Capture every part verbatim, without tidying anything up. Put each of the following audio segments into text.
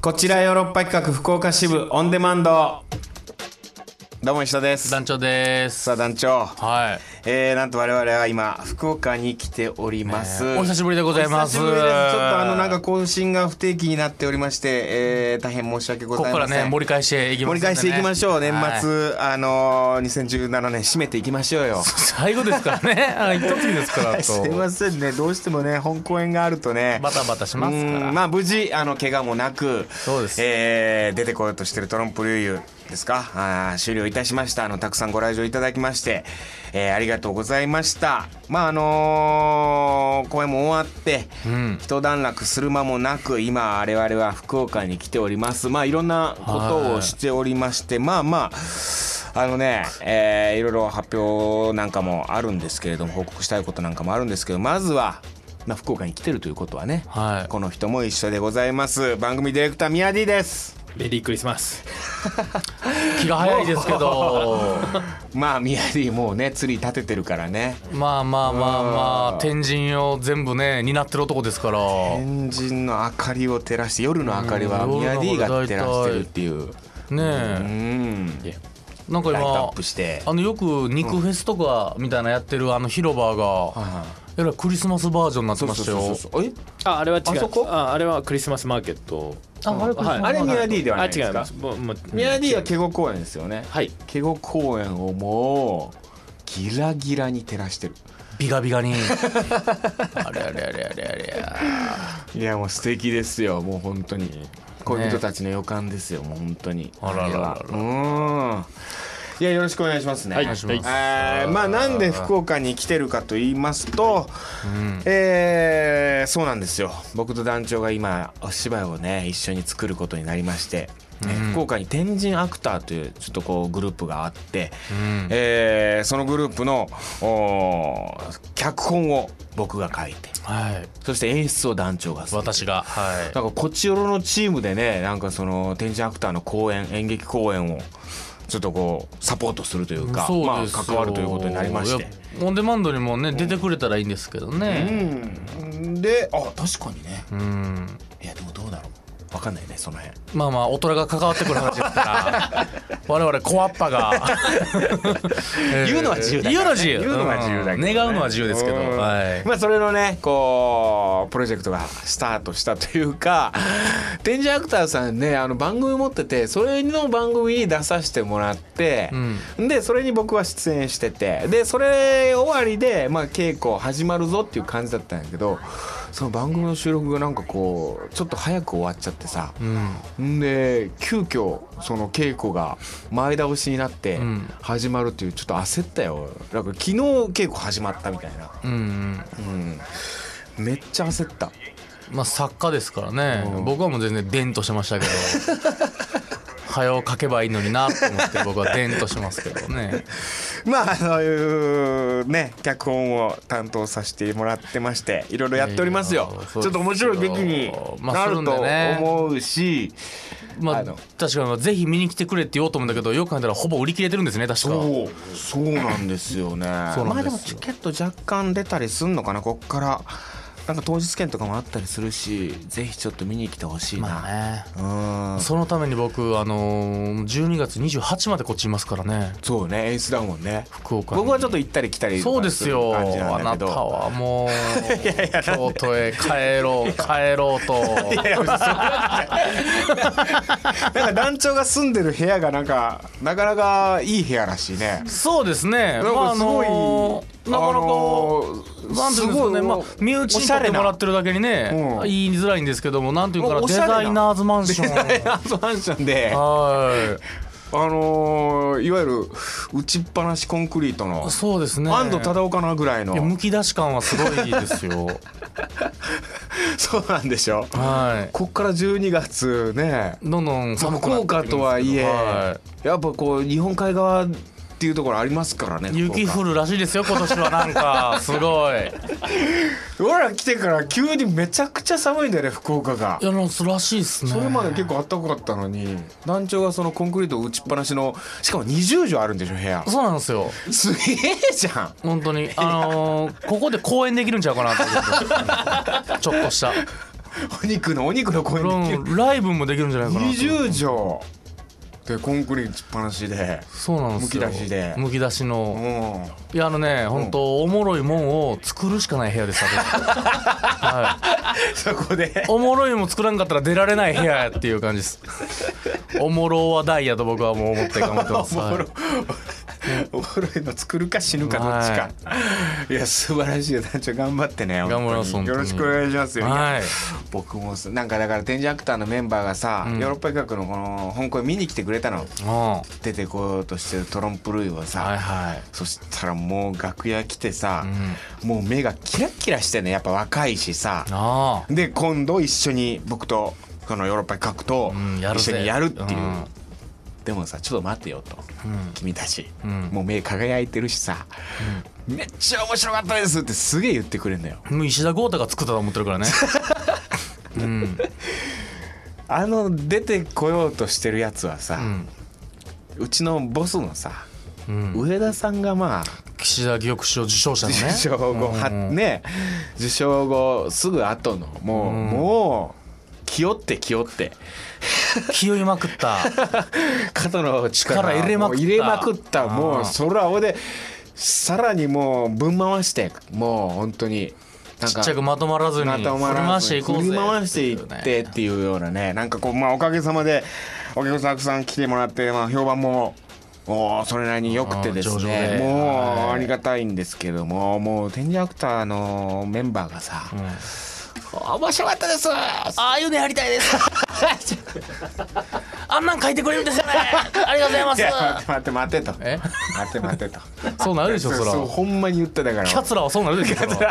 こちらヨーロッパ企画福岡支部オンデマンド。どうも石田です。 団長です。 さあ団長、 はい、 えー、なんと我々は今福岡に来ております、 ね、お久しぶりでございます。 お久しぶりです。ちょっとあのなんか更新が不定期になっておりまして、えー、大変申し訳ございません。 ここからね盛り返していきます、ね、 盛り返していきましょう。年末、はい、あのー、にせんじゅうななねん締めていきましょうよ。 最後ですからね。一月ですからとすいませんね、どうしてもね本公演があるとねバタバタしますから。 まあ無事あの怪我もなく、 そうです、 えー、出てこようとしてるトロンプルーユですか、あ終了いたしました。あのたくさんご来場いただきまして、えー、ありがとうございました。まああのー、公演も終わって、うん、一段落する間もなく今我々は福岡に来ております。まあいろんなことをしておりまして、まあまああのね、えー、いろいろ発表なんかもあるんですけれども、報告したいことなんかもあるんですけど、まずはまあ、福岡に来てるということはね、はい、この人も一緒でございます。番組ディレクター宮 D です。 メリークリスマス。 気が早いですけどまあ宮 D もうねツリー立ててるからね。 まあまあまあまあ天神を全部ね担ってる男ですから。 天神の明かりを照らして、夜の明かりは宮 D が照らしてるっていうねえ、うんなんか今ライトアップしてあのよく肉フェスとかみたいなやってるあの広場が、うん、えらいクリスマスバージョンになってましたよ。 そうそうそうそう。えああれは違う。 あそこああれはクリスマスマーケット。 あ、うん、あれクリスマスマーケット、はい、 あれ宮 D ではないですか。 あ違います。 宮 D は警護公園ですよね。 はい。 警護公園をもうギラギラに照らしてる。 ビガビガにあれあれあれあれあれいやもう素敵ですよ。もう本当に恋人たちの予感ですよ、ね、もう本当に。 あらららら。 うん。いやよろしくお願いしますね。 はい、 えー、まあなんで福岡に来てるかと言いますと、うん、えー、そうなんですよ。僕と団長が今お芝居をね一緒に作ることになりまして、うん、福岡に天神アクターというちょっとこうグループがあって、うん、えー、そのグループの脚本を僕が書いて、はい、そして演出を団長がする。 私が、はい、 だからこっちよろのチームでね、なんかその天神アクターの公演、演劇公演をちょっとこうサポートするというか、まあ関わるということになりまして、 オンデマンドにもね出てくれたらいいんですけどね、 うん、で、あ確かにね、 うん、 いやでもどうだろう分かんないねその辺。 まあまあ大人が関わってくる話ですから我々小アッパが言うのは自由だから、ね、 言うのは自由、 言うのは自由だけど、ね、 願うのは自由ですけど、はい、 まあそれのねこうプロジェクトがスタートしたというか、天神アクターさんねあの番組持ってて、それの番組に出させてもらって、うん、でそれに僕は出演してて、でそれ終わりでまあ稽古始まるぞっていう感じだったんだけど、その番組の収録がなんかこうちょっと早く終わっちゃってさ、うん、で急遽その稽古が前倒しになって始まるっていう、ちょっと焦ったよ。なんか昨日稽古始まったみたいな、うんうんうん、めっちゃ焦った。 まあ作家ですからね、うん、僕はもう全然デンとしてましたけど早を書けばいいのになと思って僕はデンとしますけどねまあそういうね脚本を担当させてもらってまして、いろいろやっておりますよ。ちょっと面白い劇になると思うし、 まあ、あの確かにぜひ見に来てくれって言おうと思うんだけど、よく考えたらほぼ売り切れてるんですね確か。 そうそうなんですよねまあでもチケット若干出たりすんのかな、こっからなんか当日券とかもあったりするし、ぜひちょっと見に来てほしいな、 まあね、うん、そのために僕あのー、じゅうにがつにじゅうはちまでこっちいますからね。 そうね、演出だもんね福岡に。 僕はちょっと行ったり来たりそうですよ、あなたはもういやいや京都へ帰ろう帰ろうといやいやなんか団長が住んでる部屋がなんかなかなかいい部屋らしいね。 そうですね、 なんかすごい、まああのー、なかなか、あのー、なんていうんですかね、まあ、身内に取ってもらってるだけにね、うん、言いづらいんですけども、なんていうかな、デザイナーズマンション、 デザイナーズマンションで、はい、あのー、いわゆる打ちっぱなしコンクリートの、 そうですね、 安藤忠雄かなぐらいの、 いやむき出し感はすごいですよそうなんでしょ、はい、こっからじゅうにがつね、 どんどん寒くなってくるんですけど、 福岡とはいえ、はい、やっぱこう日本海側っていうところありますからね。 雪降るらしいですよ今年は。なんかすごい俺ら来てから急にめちゃくちゃ寒いんだよね福岡が。 いやらしいですね。 それまで結構あったかかったのに、団長がそのコンクリート打ちっぱなしの、しかもにじゅう畳あるんでしょ部屋。 そうなんですよ。 すげえじゃん本当に。あのー、ここで公演できるんちゃうかなってちょっとしたお肉のお肉の公園できる。 ライブもできるんじゃないかな。 にじゅうじょうでコンクリートっぱなしで、 そうなんですよ。 むき出しでむき出しうの。 んいやあのね、本当おもろいもんを作るしかない部屋です。はそこでい。おもろいもん作らんかったら出られない部屋っていう感じです。おもろは大やと僕はもう思って頑張ってます。 おもろはいおもろいの作るか死ぬかどっちか、い、や素晴らしいよ団長頑張ってね。 頑張ります本当によろしくお願いしますよ。 はい。 僕もさなんかだから展示アクターのメンバーがさ、 うんヨーロッパ企画のこの香港へ見に来てくれたの。 あ出てこようとしてるトロンプルイをさ、 はいはい。 そしたらもう楽屋来てさう、ん。 もう目がキラッキラしてね、やっぱ若いしさ、 ああ。 で今度一緒に僕とこのヨーロッパ企画とうんやるぜ一緒にやるっていう、 うんでもさちょっと待ってよと、 うん君たち、 うんもう目輝いてるしさ、めっちゃ面白かったですってすげえ言ってくれんだよ。 もう石田豪太が作ったと思ってるからね。うん。 あの出てこようとしてるやつはさ、 ううちのボスのさ、 ん。 上田さんがまあ岸田玉賞受賞者のね。 受賞後はうんね受賞後すぐ後のもう、 うんもう気負って気負って気負いまくった。 肩の力力入れまくったもう入れまくったもあーうそれは俺でさらにもうぶん回してもう本当になんかちっちゃくまとまらずにまとま振りらず回していこうぜ。 振り回していってっていうようなね、なんかこうまあおかげさまでお客さんたくさん来てもらってまあ評判もおーそれなりに良くてですあー上ね、 々でもうはいありがたいんですけども、もう展示アクターのメンバーがさ、 うん面白かったですああいうのやりたいです。あんなん書いてくれるんですよね。ありがとうございまいす。 や待って待ってとえ待って待ってとそうなるでしょ、そら。 そうほんまに言ってたからキャツラはそうなるでしょ、そら。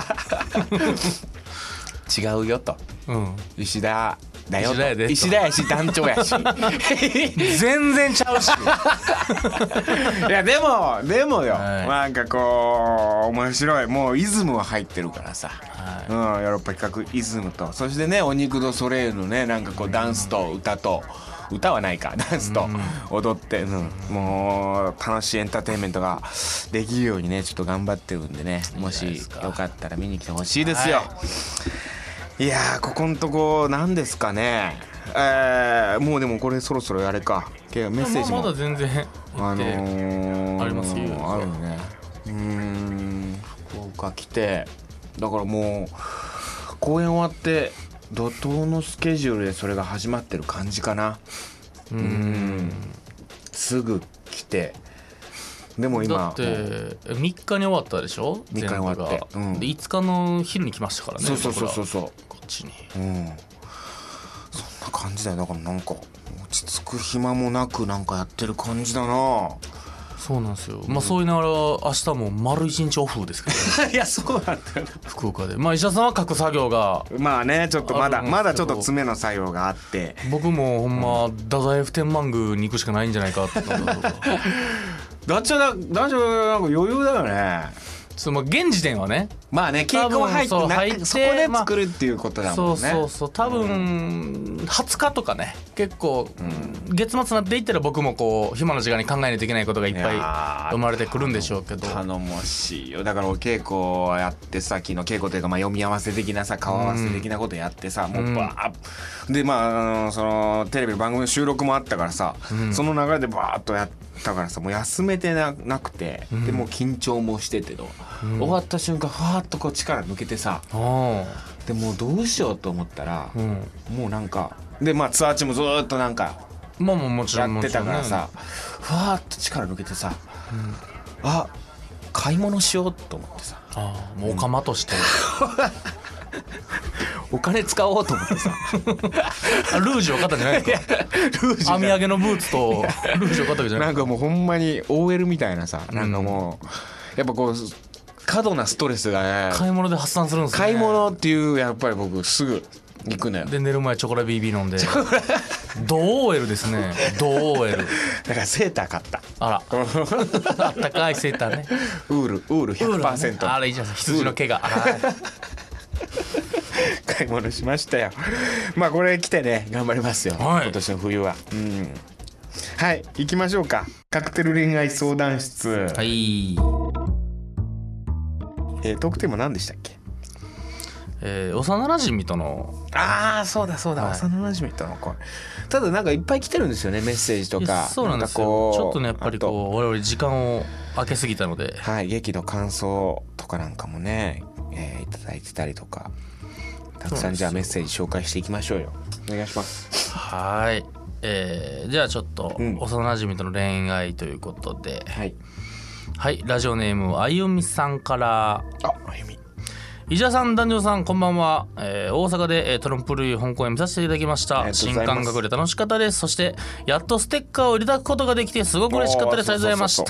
違うよとうん。 石田だよと石田やでと石田やし団長やし全然ちゃうし。 いやでもでもよ、 はいなんかこう面白いもうイズムは入ってるからさ、 はいうん、ヨーロッパ企画イズムとそしてねお肉ドソレイユのねなんかこうダンスと歌と歌はないかダンスと踊って、うん、もう楽しいエンターテインメントができるようにねちょっと頑張ってるんでねもしよかったら見に来てほしいですよ、いやーここんとこ何ですかね、えー、もうでもこれそろそろあれかメッセージもまだ全然あのー、 ありますよあるね。うーん福岡来てだからもう公演終わって怒涛のスケジュールでそれが始まってる感じかな。 ううんんすぐ来てでも今だってみっかに終わったでしょ。 みっかに終わって全部がうんでいつかの昼に来ましたからね。 そうそうそうそう僕らそこっちに。 ううんそんな感じだよだからなんか落ち着く暇もなくなんかやってる感じだな。 そうなんですよ。まあそう言いながら明日も丸一日オフですけどね。 いやそうなんだよ福岡で。まあ医者さんは書く作業が、 まあねちょっとまだあるんですけどまだちょっと詰めの作業があって僕もほんま太宰府天満宮に行くしかないんじゃないかって思ったとか。 団長だ団長なんか余裕だよね。 その現時点はね。 まあね稽古入って多分そうな入ってそこで作るっていうことだもんね。 そうそうそう多分はつかとかね結構、月末になっていったら僕もこう暇な時間に考えないといけないことがいっぱいいやー生まれてくるんでしょうけど。 頼もしいよだからお稽古やってさ昨日稽古というかまあ読み合わせ的なさ顔合わせ的なことやってさ、もうバーッでまああのそのテレビの番組の収録もあったからさ、 うんその流れでバーッとやったからさもう休めて な, なくて、でもう緊張もしててど、 うん終わった瞬間ふわーっとこう力抜けてさあでもうどうしようと思ったら、 あ、うん、 もうなんかでまあツアー中もずーっとなんかまあまあもちろんやってたからさ、ふわーっと力抜けてさ、あ買い物しようと思ってさああもうおかまとして、 お金使おうと思ってさあルージュを買ったんじゃないですか。 ルージュ網上げのブーツとルージュを買ったわけじゃなないんかもうほんまに オーエル みたいなさなんかもう、やっぱこう過度なストレスがね買い物で発散するんですね。 買い物っていうやっぱり僕すぐ行くのよで寝る前チョコラ ビービー 飲んでド オーエル ですね。ド オーエルだからセーター買ったあらあったかいセーターね。 ウールウール ひゃくパーセント、 あれいいじゃん羊の毛がはい買い物しましたよ。まあこれ来てね頑張りますよ、 はい今年の冬は。うんはい行きましょうか。カクテル恋愛相談室、 はい。 えートークテーマ何でしたっけ？ えー、幼馴染とのああそうだそうだ、はい、幼馴染との声。ただなんかいっぱい来てるんですよね、メッセージとか。 そうなんですよ。ちょっとねやっぱりこう我々時間を空けすぎたので、 はい、劇の感想とかなんかもね、えー、いただいてたりとか、たくさんじゃあメッセージ紹介していきましょうよ。お願いします。 はい、えー、じゃあちょっと幼馴染との恋愛ということで、うん、はい、はい、ラジオネームあゆみさんから。 あ、あゆみ。 石田さん、男女さん、こんばんは。えー、大阪で、えー、トロンプ類本公演見させていただきました。新感覚で楽しかったです。そしてやっとステッカーをいただくことができてすごく嬉しかったです。ありがとうございました。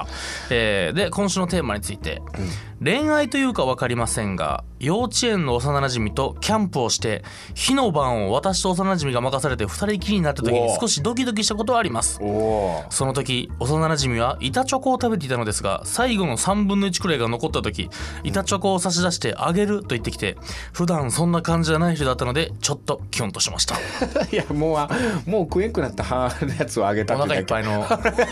えー、で今週のテーマについて、うん、恋愛というか分かりませんが、幼稚園の幼馴染とキャンプをして火の晩を私と幼馴染が任されて二人きりになった時に少しドキドキしたことはあります。その時幼馴染は板チョコを食べていたのですが、最後のさんぶんのいちくらいが残った時、板チョコを差し出してあげると言ってきて、普段そんな感じじゃない人だったのでちょっとキュンとしました。 いやもうもう食えんくなったやつをあげたってお腹いっぱいの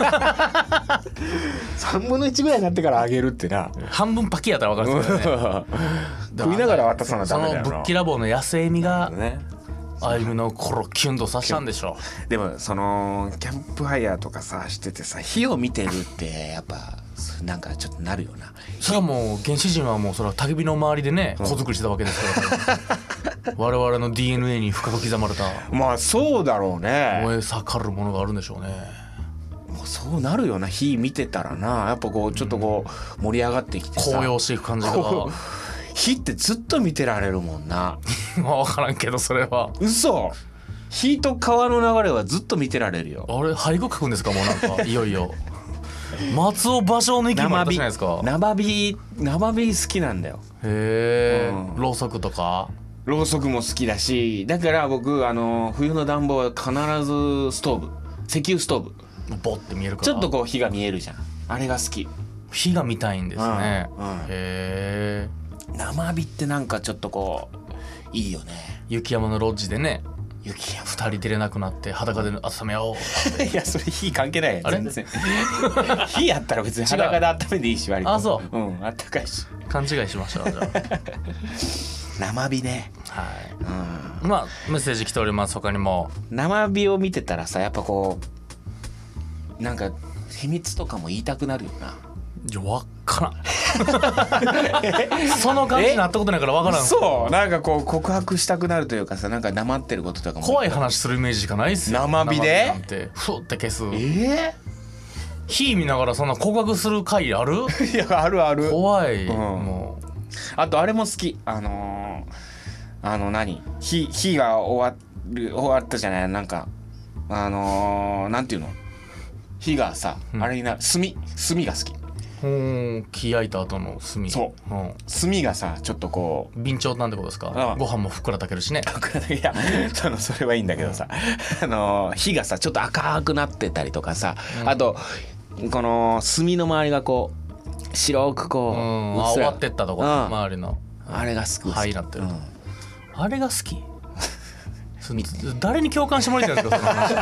さんぶんのいちぐらいになってからあげるってな、 半分パキやったら分かるんですけどね食いながら渡さなダメだよな。 そのぶっきらぼうの野生味があゆみの頃キュンとさせたんでしょう。でもそのキャンプファイヤーとかさしててさ、火を見てるってやっぱなんかちょっとなるよな。 それはもう原始人はもうそれは焚き火の周りでね子作りしてたわけですから我々の ディーエヌエー に深く刻まれたまあそうだろうね、 燃え盛るものがあるんでしょうね。 もうそうなるよな、火見てたらな、やっぱこうちょっとこう盛り上がってきてさ、 高揚していく感じが火ってずっと見てられるもんな。 分からんけどそれは嘘。火と川の流れはずっと見てられるよ。 あれ俳句書くんですかもうなんかいよいよ松尾芭蕉の息もあったじゃないですか。 生火生火好きなんだよ。 へえ、うん、ろうそくとかろうそくも好きだし、だから僕あの冬の暖房は必ずストーブ、石油ストーブ、 ボッて見えるからちょっとこう火が見えるじゃん、あれが好き。 火が見たいんですね、 うんうん、 へえ。 生火ってなんかちょっとこういいよね。 雪山のロッジでね、 雪山ふたり出れなくなって裸で温めよういやそれ火関係ないやん全然火やったら別に裸で温めていいし割と。 あそう、 うん、あったかいし。勘違いしましたじゃあ生火ね、 はい、うん、まあメッセージ来ております。他にも生火を見てたらさ、やっぱこうなんか秘密とかも言いたくなるよな。 いや分からんその感じになったことないから分からん。 そうなんかこう告白したくなるというかさ、なんか黙ってることとかも怖い話するイメージしかないっすよ。 生火でなんてふって消す。 えー、 火見ながらそんな告白する回あるいやあるある。 怖い、 うん、 もうあとあれも好き、あのー、あの何火火が終わる終わったじゃない、なんかあのー、なんていうの、火がさ、うん、あれになる炭炭が好き。 ほー、木焼いた後の炭。 そう、うん、炭がさちょっとこう備長なんてことですか。ああ、ご飯もふっくら炊けるしね。 いやそのそれはいいんだけどさ、うん、あの火がさちょっと赤くなってたりとかさ、うん、あとこの炭の周りがこう白くこう、うん、 あ終わってったとこ、うん、周りのあれが好き。 灰になってる、うん、あれが好き誰に共感してもらいたいんですかその話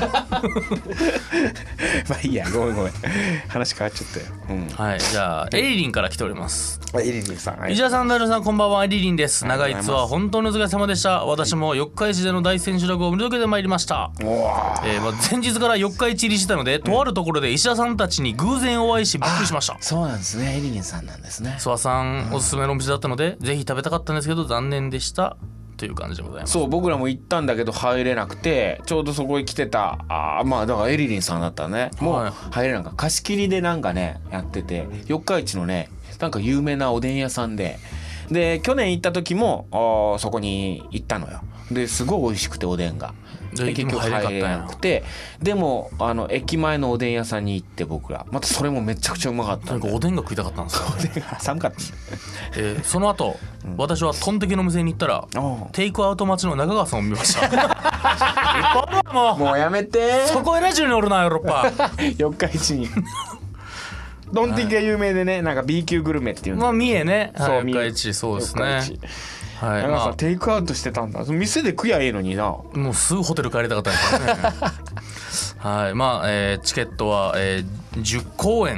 まあいいや、ごめんごめん話変わっちゃったよ、うん、 はい。じゃあエリリンから来ております。 エリリンさん、 石田さん、ダルさん、こんばんは。エリリンです。長いツアー本当にお疲れ様でした。私も四日市での大千秋楽を見届けてまいりました。えーまあ、前日から四日市入りしてたので、とあるところで石田さんたちに偶然お会いしびっくりしました。 そうなんですね、エリリンさんなんですね。 諏訪さんおすすめのお店だったので、ぜひ食べたかったんですけど残念でしたという感じでございます。 そう僕らも行ったんだけど入れなくて、ちょうどそこに来てたあまあだからエリリンさんだったね、もう入れなかった。貸し切りでなんかねやってて、四日市のねなんか有名なおでん屋さんで、で去年行った時もあそこに行ったのよ。ですごい美味しくておでんが結局入れなくて、でもあの駅前のおでん屋さんに行って僕らまたそれもめちゃくちゃうまかったんで。おでんが食いたかったんですか。 おでんが寒かった、 えー、その後、うん、私はトンテキの店に行ったらテイクアウト待ちの中川さんを見ましたもう、 もうやめて、 そこへラジオにおるなヨーロッパ四日市にトンテキが有名でね、なんか B 級グルメっていうの、 まあ三重ね、 そう、 四日市、そうですね。 はい、だからさ、まあ、テイクアウトしてたんだ。店で食やええのにな。 もうすぐホテル帰りたかったんですよねはい、まあ、えー、チケットは、えー、じゅっこうえん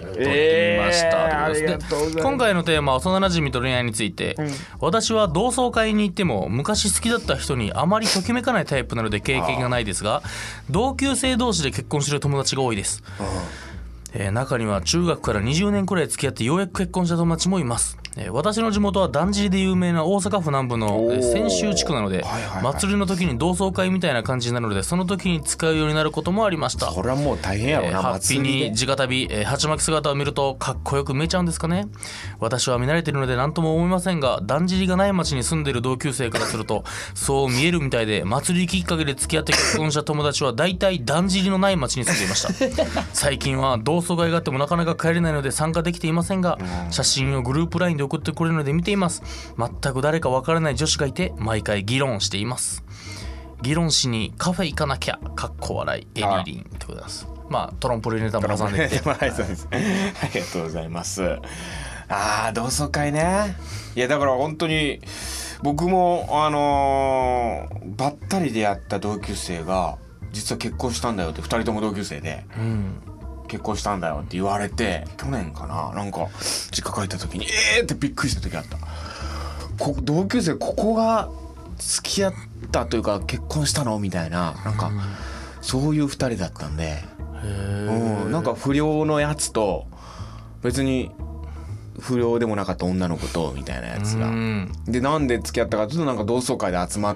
ってみました、 えー、ありがとうございます。 今回のテーマは幼馴染と恋愛について、うん、私は同窓会に行っても昔好きだった人にあまりときめかないタイプなので経験がないですが、同級生同士で結婚している友達が多いです。えー、中には中学からにじゅうねんくらい付き合ってようやく結婚した友達もいます。えー、私の地元はだんじりで有名な大阪府南部の泉州地区なので、はいはいはい、祭りの時に同窓会みたいな感じになるのでその時に使うようになることもありました。 それはもう大変やろな、えー、 ハッピーに直旅、えー、鉢巻き姿を見るとかっこよく見えちゃうんですかね。私は見慣れているので何とも思いませんが、だんじりがない町に住んでいる同級生からするとそう見えるみたいで、祭りきっかけで付き合って結婚した友達は大体だんじりのない町に住んでいました最近は同窓会があってもなかなか帰れないので参加できていませんが、写真をグループラインで送ってくれるので見ています。全く誰かわからない女子がいて毎回議論しています。議論しにカフェ行かなきゃかっこ笑いエリリンってことです。まあトロンプルネタも挟んできてはい、そうです。ありがとうございます。ああ、同窓会ね。いやだから本当に僕もあのー、ばったり出会った同級生が実は結婚したんだよってふたりとも同級生で、うん、結婚したんだよって言われて、去年かな、なんか実家帰った時にえーってびっくりした時あった。こ同級生ここが付き合ったというか結婚したのみたいな、なんかそういうふたりだったんで、うん、なんか不良のやつと別に不良でもなかった女の子とみたいなやつが、でなんで付き合ったかというとなんか同窓会で集まって、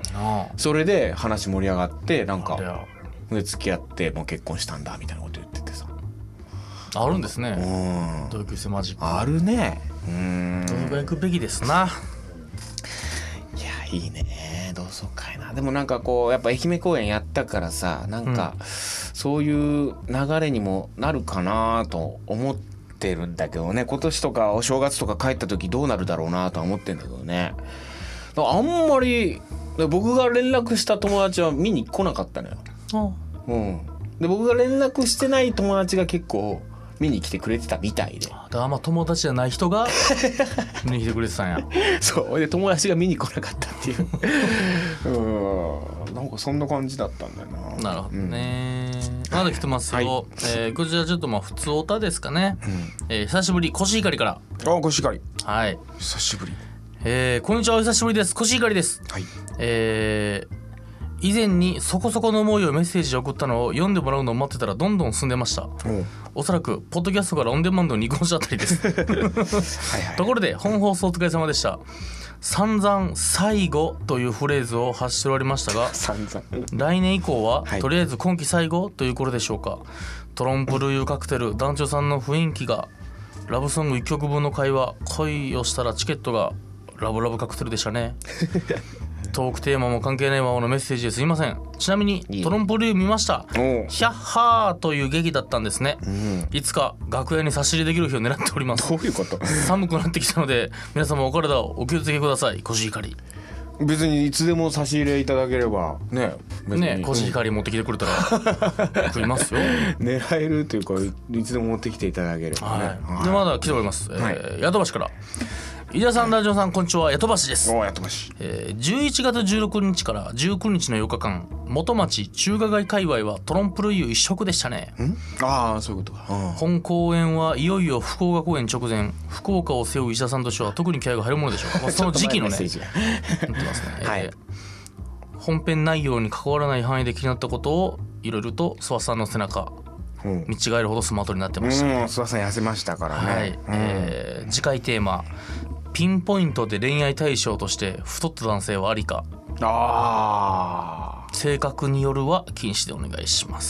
それで話盛り上がってなんかで付き合ってもう結婚したんだみたいなこと言っててさ、 あるんですね、同級生マジックあるね。うーん、 同窓会行くべきですな。 いやいいね同窓会な。でもなんかこうやっぱ愛媛公演やったからさ、なんかそういう流れにもなるかなと思ってるんだけどね。今年とかお正月とか帰った時どうなるだろうなとは思ってんだけどね。あんまり僕が連絡した友達は見に来なかったのよ。うん、で僕が連絡してない友達が結構見に来てくれてたみたいで、だからまあ友達じゃない人が見に来てくれてたんやそうで友達が見に来なかったっていううん、なんかそんな感じだったんだよな。 なるほどね、うん、まだ来てますよ、はい、えー、こちらちょっとまあ普通オタですかね、うん、えー、久しぶりコシヒカリから。 あ、コシヒカリ、 はい、 久しぶり。 えー、こんにちは、お久しぶりです。コシヒカリです。はい、えー以前にそこそこの思いをメッセージで送ったのを読んでもらうのを待ってたらどんどん進んでました。おそらくポッドキャストからオンデマンドに移行したあたりですはい、はい、ところで本放送お疲れ様でした。散々最後というフレーズを発しておられましたが来年以降は、はい、とりあえず今季最後ということでしょうか。トロンプルーカクテル団長さんの雰囲気がラブソングいっきょくぶんの会話、恋をしたらチケットがラブラブカクテルでしたねトークテーマも関係ないままのメッセージですいません。ちなみにトロンプルー見ました。ヒャッハーという劇だったんですね、うん、いつか楽屋に差し入れできる日を狙っております。 どういうこと？ 寒くなってきたので皆様お体お気をつけください。コシヒカリ。 別にいつでも差し入れいただければね、 ね、コシヒカリ持ってきてくれたら食いますよ狙えるというかいつでも持ってきていただければね、 はい、でまだ来ております、はい、えー、ヤトバシから飯田さん、ラジオさん、こんにちは。ヤトバシです。 お、ヤトバシ。 えー、じゅういちがつじゅうろくにちからじゅうくにちのよっかかん、元町中華街界隈はトロンプルーユ一色でしたね。 ん？ああ、そういうことか。 本公演はいよいよ福岡公演直前、福岡を背負う石田さんとしては特に気合が入るものでしょうか。その時期のね、言ってますね。はい、えー、本編内容に関わらない範囲で気になったことをいろいろと諏訪さんの背中、うん、見違えるほどスマートになってました、ね。 諏訪さん痩せましたからね。はい、うん、 えー、次回テーマ。ピンポイントで恋愛対象として太った男性はありか。あー、性格によるは禁止でお願いします。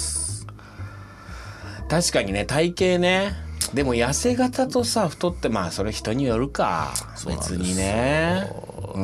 確かにね、体型ね。でも痩せ型とさ太って、まあそれ人によるか。別にね。うん。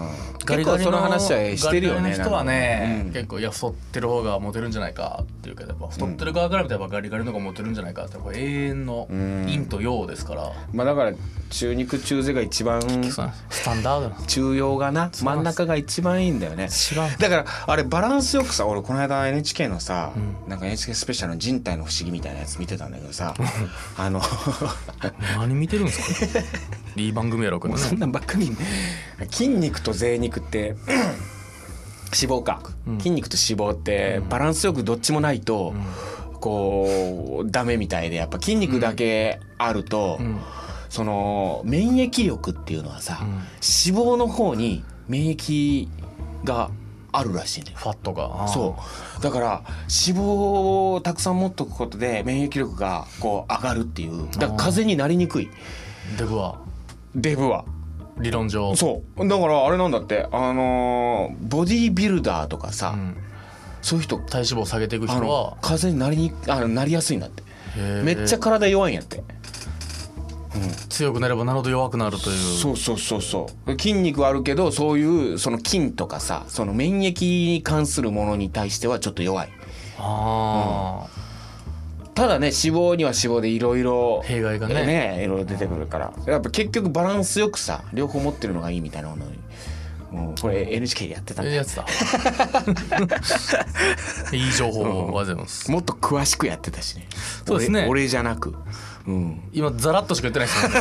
ガリガリの結構その話はしてるよね。 ガリガリの人はね、うん、結構いや太ってる方がモテるんじゃないかっていうけど、やっぱ太ってる側から見たらガリガリの方がモテるんじゃないかって、やっぱ永遠の陰と陽ですから。 まあだから中肉中背が一番スタンダードな。 中庸がな、真ん中が一番いいんだよね。だからあれバランスよくさ、俺この間 エヌエイチケー のさ、うん、なんか エヌエイチケー スペシャルの人体の不思議みたいなやつ見てたんだけどさあの何見てるんですかいい番組やろこれ、ね、 そんなんばっかり筋肉と贅肉って脂肪か、うん、筋肉と脂肪ってバランスよくどっちもないと、うん、 こうダメみたいで、やっぱ筋肉だけあると、うん、その免疫力っていうのはさ、うん、脂肪の方に免疫があるらしいね。 ファットが。 そうだから脂肪をたくさん持っとくことで免疫力がこう上がるっていう。だから風邪になりにくい。 デブはデブは理論上そうだからあれなんだって、あのー、ボディービルダーとかさ、うん、そういう人体脂肪を下げていく人は風邪になりにあのなりやすいんだって。めっちゃ体弱いんやって。 うん、強くなればなるほど弱くなるという。 そうそうそうそう。筋肉はあるけど、そういうその筋とかさ、その免疫に関するものに対してはちょっと弱い。ああ、うん、ただね、脂肪には脂肪でいろいろ弊害がねねいろいろ出てくるから、やっぱ結局バランスよくさ両方持ってるのがいいみたいなものに。もうこれ エヌエイチケー でやってたんだ。 やってたいい情報をありがとうございます、 うん、もっと詳しくやってたしね。 そうですね。 俺、俺じゃなく、うん、 今ザラッとしか言ってないですよね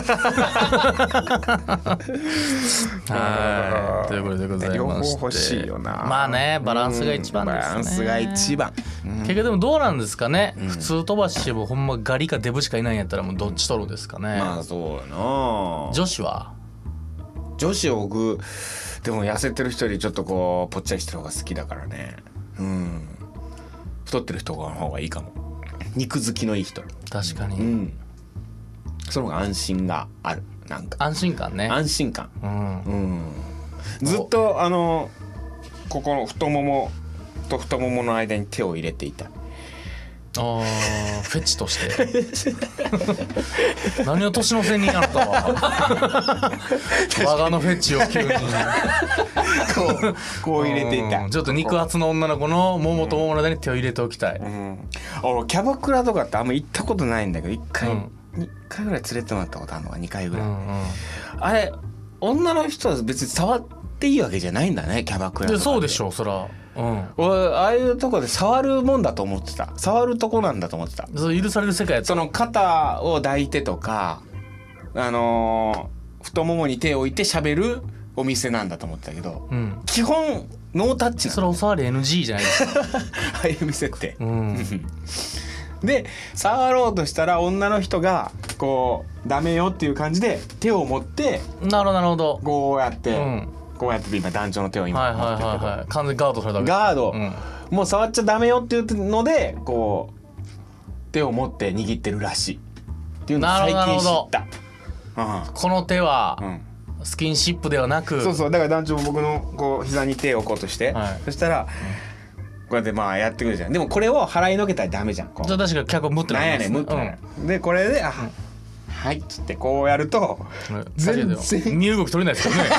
はいということでございまして、 両方欲しいよな。 まあね、バランスが一番ですね。 バランスが一番、 うん、結局でもどうなんですかね、うん、普通飛ばしもほんまガリかデブしかいないんやったらもうどっち取るんですかね、うん、 まあそうやな。 女子は女子を僕でも痩せてる人よりちょっとこうぽっちゃりしてる方が好きだからね。うん、太ってる人の方がいいかも。肉付きのいい人。 確かに、 うん、その方が安心がある。なんか安心感ね。 安心感、 うんうん、 ずっとあのここの太ももと太ももの間に手を入れていた。 あフェチとして何を年の瀬になったわ我がのフェチを急にこうこう入れていた。 ちょっと肉厚の女の子のももとももの間に手を入れておきたい、うん、 俺キャバクラとかってあんま行ったことないんだけどいっかい、うん、いっかいぐらい連れてもらったことあるのかにかいぐらい、うんうん、あれ女の人は別に触っていいわけじゃないんだね、キャバクラとかで。 そうでしょうそら。うん、 俺ああいうとこで触るもんだと思ってた。触るとこなんだと思ってた。 そう許される世界やった。 その肩を抱いてとか、あのー、太ももに手を置いて喋るお店なんだと思ってたけど、うん、基本ノータッチなの。 それお触り エヌジー じゃないですかああいう店って、うん、 で触ろうとしたら女の人がこうダメよっていう感じで手を持って、 なるほどなるほど、 こうやって、うん、こうやって今団長の手を今持ってるけど、はいはいはいはい、 完全にガードされたわけ。 ガード、うん、もう触っちゃダメよっていうのでこう手を持って握ってるらしいっていうのを最近知った。 うん、この手は、うんスキンシップではなく、 そうそう、だから団長も僕のこう膝に手を置こうとして、はい、そしたら、うん、こうやってまあやってくるじゃん。でもこれを払いのけたらダメじゃん。こうじゃあ確か脚を持ってないんです、ね、 なんやねん持ってない、うん、でこれであ、うん、はいっつってこうやると、 うん、全然身動き取れないですからね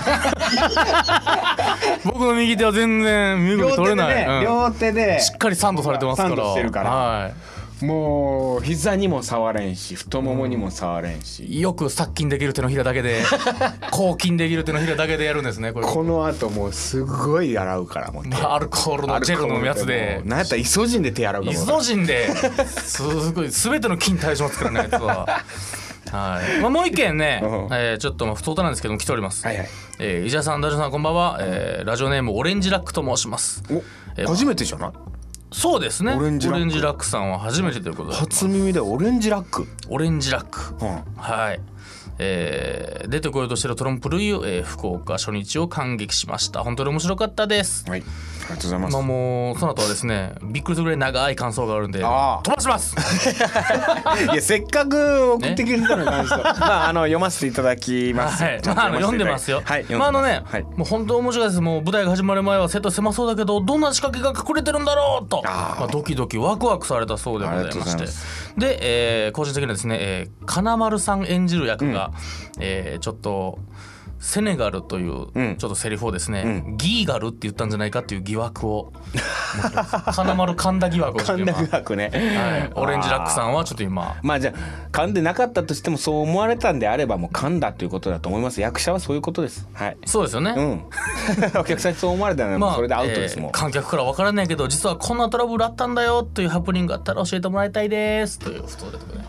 僕の右手は全然身動き取れない。 両手で、ねうん、両手でしっかりサンドされてますから。 サンドしてるから、 はいもう膝にも触れんし太ももにも触れんし、 うん、よく殺菌できる手のひらだけで抗菌できる手のひらだけでやるんですねこれ。 この後もうすごい洗うからもう、 アルコールのジェルのやつでなんやったらイソジンで手洗うかも。 イソジンですごい全ての菌対処しますからねあいつははいまあ、もう一件ね、うんえー、ちょっとまあ不当なんですけども来ております、はいはいえー、石田さんダジョさんこんばんは、えー、ラジオネームオレンジラックと申します。 お、えー、初めてじゃない？ そうですね。オレンジラック、オレンジラックさんは初めてということで初耳でオレンジラックオレンジラック、うん、はい、えー、出てこようとしてるトロンプ類を、えー、福岡初日を感激しました。本当に面白かったです。 はい、ありがとうございます。 まあ、もうその後はですねびっくりするぐらい長い感想があるんで飛ばしますいやせっかく送ってきてたのに関しては、ね、まああの読ませていただきます、 はいまあ、あの読んでますよ。はいまああのね、はい、もう本当面白いです。もう舞台が始まる前はセット狭そうだけどどんな仕掛けが隠れてるんだろうとあ、まあ、ドキドキワクワクされたそうでございましてで、えー、個人的にはですね、えー、金丸さん演じる役が、うんえー、ちょっとセネガルというちょっとセリフをですね、うん、ギーガルって言ったんじゃないかっていう疑惑を金丸噛んだ疑惑を噛んだ疑惑ね、 はい、オレンジラックさんはちょっと今まあじゃあ噛んでなかったとしてもそう思われたんであればもう噛んだということだと思います。役者はそういうことです。はいそうですよね、 うん、お客さんにそう思われたら、まあ、それでアウトです。もう、 えー、観客から分からないけど実はこんなトラブルあったんだよというハプニングがあったら教えてもらいたいですということでございます。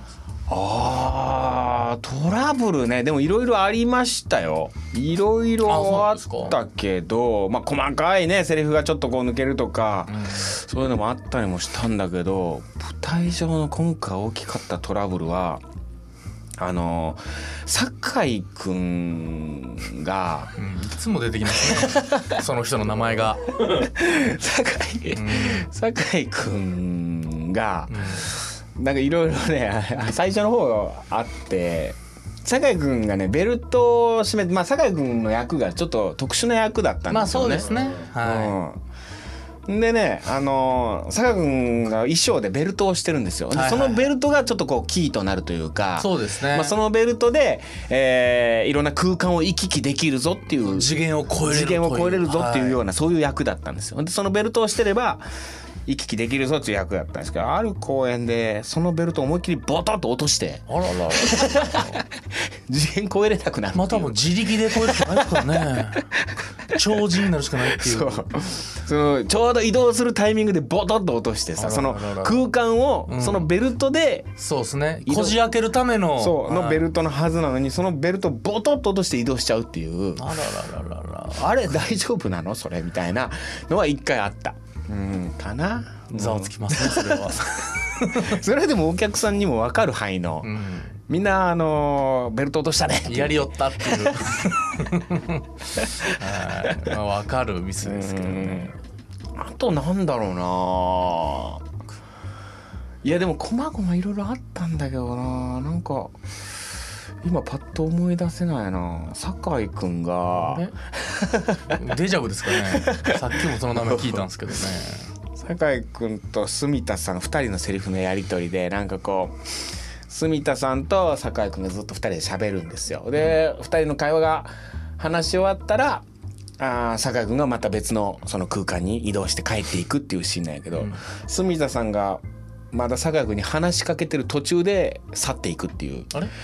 あートラブルね。でもいろいろありましたよ。いろいろあったけど、まあ細かいねセリフがちょっとこう抜けるとか、うん、そういうのもあったりもしたんだけど、舞台上の今回大きかったトラブルはあの酒井くんが、 うん、いつも出てきますねその人の名前が酒井、うん、酒井くんが、うん、なんかいろいろね最初の方あって酒井くんがねベルトを締めて、まあ、酒井くんの役がちょっと特殊な役だったんですよね。 まあそうですね、はい、うんでね、あのー、坂君が衣装でベルトをしてるんですよ。で、はいはい、そのベルトがちょっとこうキーとなるというか、 そうですね、 まあ、そのベルトで、えー、いろんな空間を行き来できるぞっていう次元を超えれる次元を超えれるぞっていうような、はい、そういう役だったんですよ。でそのベルトをしてれば行き来できるぞっていう役だったんですけど、ある公演でそのベルトを思いっきりボトッと落としてあららら次元超えれなくなるっていう。 まあ多分自力で超えるしかないからね超人になるしかないっていう。 そうそのちょうど移動するタイミングでボトッと落としてさ、その空間をそのベルトで、 うん、そうですね、こじ開けるためのそうのベルトのはずなのに、そのベルトをボトッと落として移動しちゃうっていう。 あらららららあれ大丈夫なのそれみたいなのは一回あった。うんかな。 ざわつきますねそれはそれはでもお客さんにも分かる範囲の、うん、みんなあのベルト落としたねやりよったっていうはい、まあ、分かるミスですけどね。 あとなんだろうな、いやでも細々いろいろあったんだけどな、なんか今パッと思い出せないな。酒井くんがデジャブですかねさっきもその名前聞いたんですけどね酒井くんと住田さんふたりのセリフのやり取りで、なんかこう住田さんと酒井くんがずっとふたりで喋るんですよ。で、うん、ふたりの会話が話し終わったらあ酒井くんがまた別のその空間に移動して帰っていくっていうシーンなんやけど、うん、住田さんがまだ酒井くんに話しかけてる途中で去っていくっていう。 あれ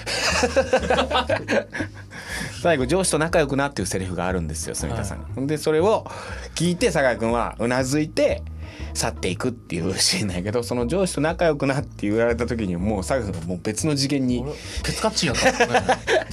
最後上司と仲良くなっていうセリフがあるんですよ住田さんが、はい、でそれを聞いて酒井くんはうなずいて去っていくっていうシーンなんやけど、その上司と仲良くなって言われた時にもう酒井くんがもう別の次元にケツカッチンやったんですね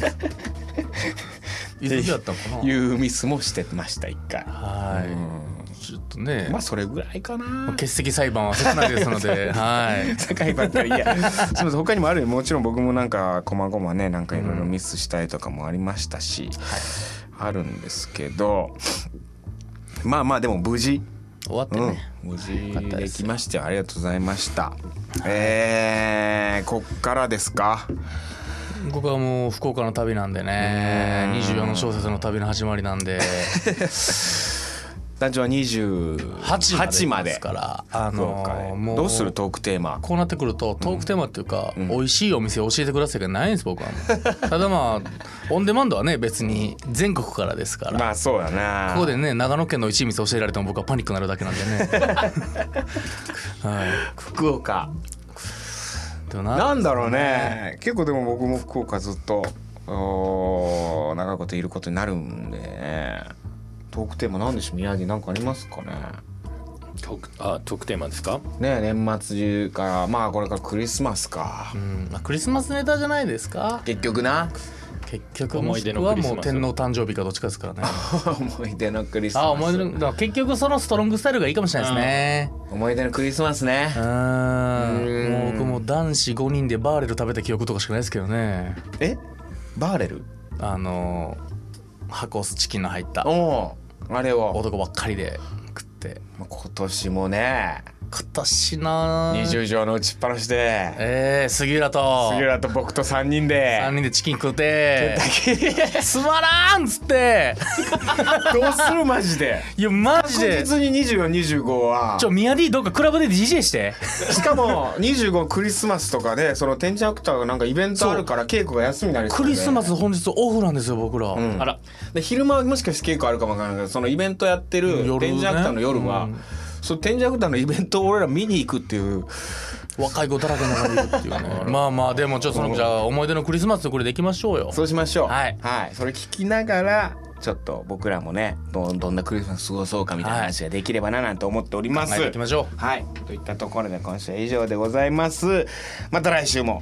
いつやったのかないうミスもしてました一回。 はい、うんちょっとね、 まあそれぐらいかな。 欠席裁判は切ないですのではい酒井ばっかりいやすみません、他にもあるよ。もちろん僕もなんかこまごまねなんかいろいろミスしたりとかもありましたし、うん、あるんですけど、まあまあでも無事終わってね、 うん、無事できましてありがとうございました。えー、こっからですか。 僕はもう福岡の旅なんでね、にじゅうよん小節の旅の始まりなんで団長はにじゅうはちまでですから、あのー、もうどうするトークテーマ。 こうなってくるとトークテーマっていうか、うん、美味しいお店を教えてくださいがないんです僕はもうただまあオンデマンドはね別に全国からですから、 まあそうだな。 ここでね長野県の美味しい店教えられても僕はパニックになるだけなんでねはい、福岡でもな, なんだろうね。結構でも僕も福岡ずっと長いこといることになるんでね。トークテーマなんでしょう。宮城なんかありますかね。 トークあトークテーマですかね。年末中からまあこれからクリスマスか、 うんまあ、クリスマスネタじゃないですか結局な。 結局もしくはもう天皇誕生日かどっちかですからね思い出のクリスマス。 あ思い出のだから結局そのストロングスタイルがいいかもしれないですね。 思い出のクリスマスね。 うんもう僕も男子ごにんでバーレル食べた記憶とかしかないですけどね。 えバーレルあの箱チキンの入ったおあれを男ばっかりで食って。 今年もね今年のにじゅう畳の打ちっぱなしでえー、杉浦と杉浦と僕とさんにんでさんにんでチキン食うてつまらんっつってどうするマジで。 いやマジで確実ににじゅうよん、にじゅうごはちょミヤ D どっかクラブで ディージェー してしかもにじゅうごクリスマスとかでその天神アクターがなんかイベントあるから稽古が休みになりそうでクリスマス本日オフなんですよ僕ら、うん、 あらで昼間はもしかして稽古あるかもわからないけどそのイベントやってる天神アクターの夜は、うんその天神アクターのイベントを俺ら見に行くっていう若い子だらけの中にいるっていうねまあまあでもちょっとそのじゃあ思い出のクリスマスこれでいきましょうよ。 そうしましょうはい、 はい、それ聞きながらちょっと僕らもね ど, どんなクリスマス過ごそうかみたいな話ができればななんて思っております。 考えていきましょう。はいといったところで今週は以上でございます。また来週も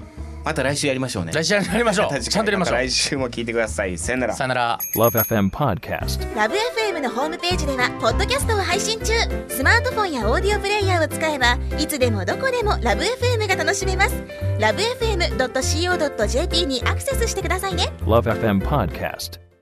また来週やりましょうね。 来週やりましょう。ちゃんとやりましょう。 来週も聞いてください。さよなら。 さよなら。 Love エフエム Podcast。 ラブ エフエム のホームページではポッドキャストを配信中。スマートフォンやオーディオプレイヤーを使えばいつでもどこでもラブ エフエム が楽しめます。ラブ エフエムドットシーオードットジェーピー にアクセスしてくださいね。 Love エフエム Podcast。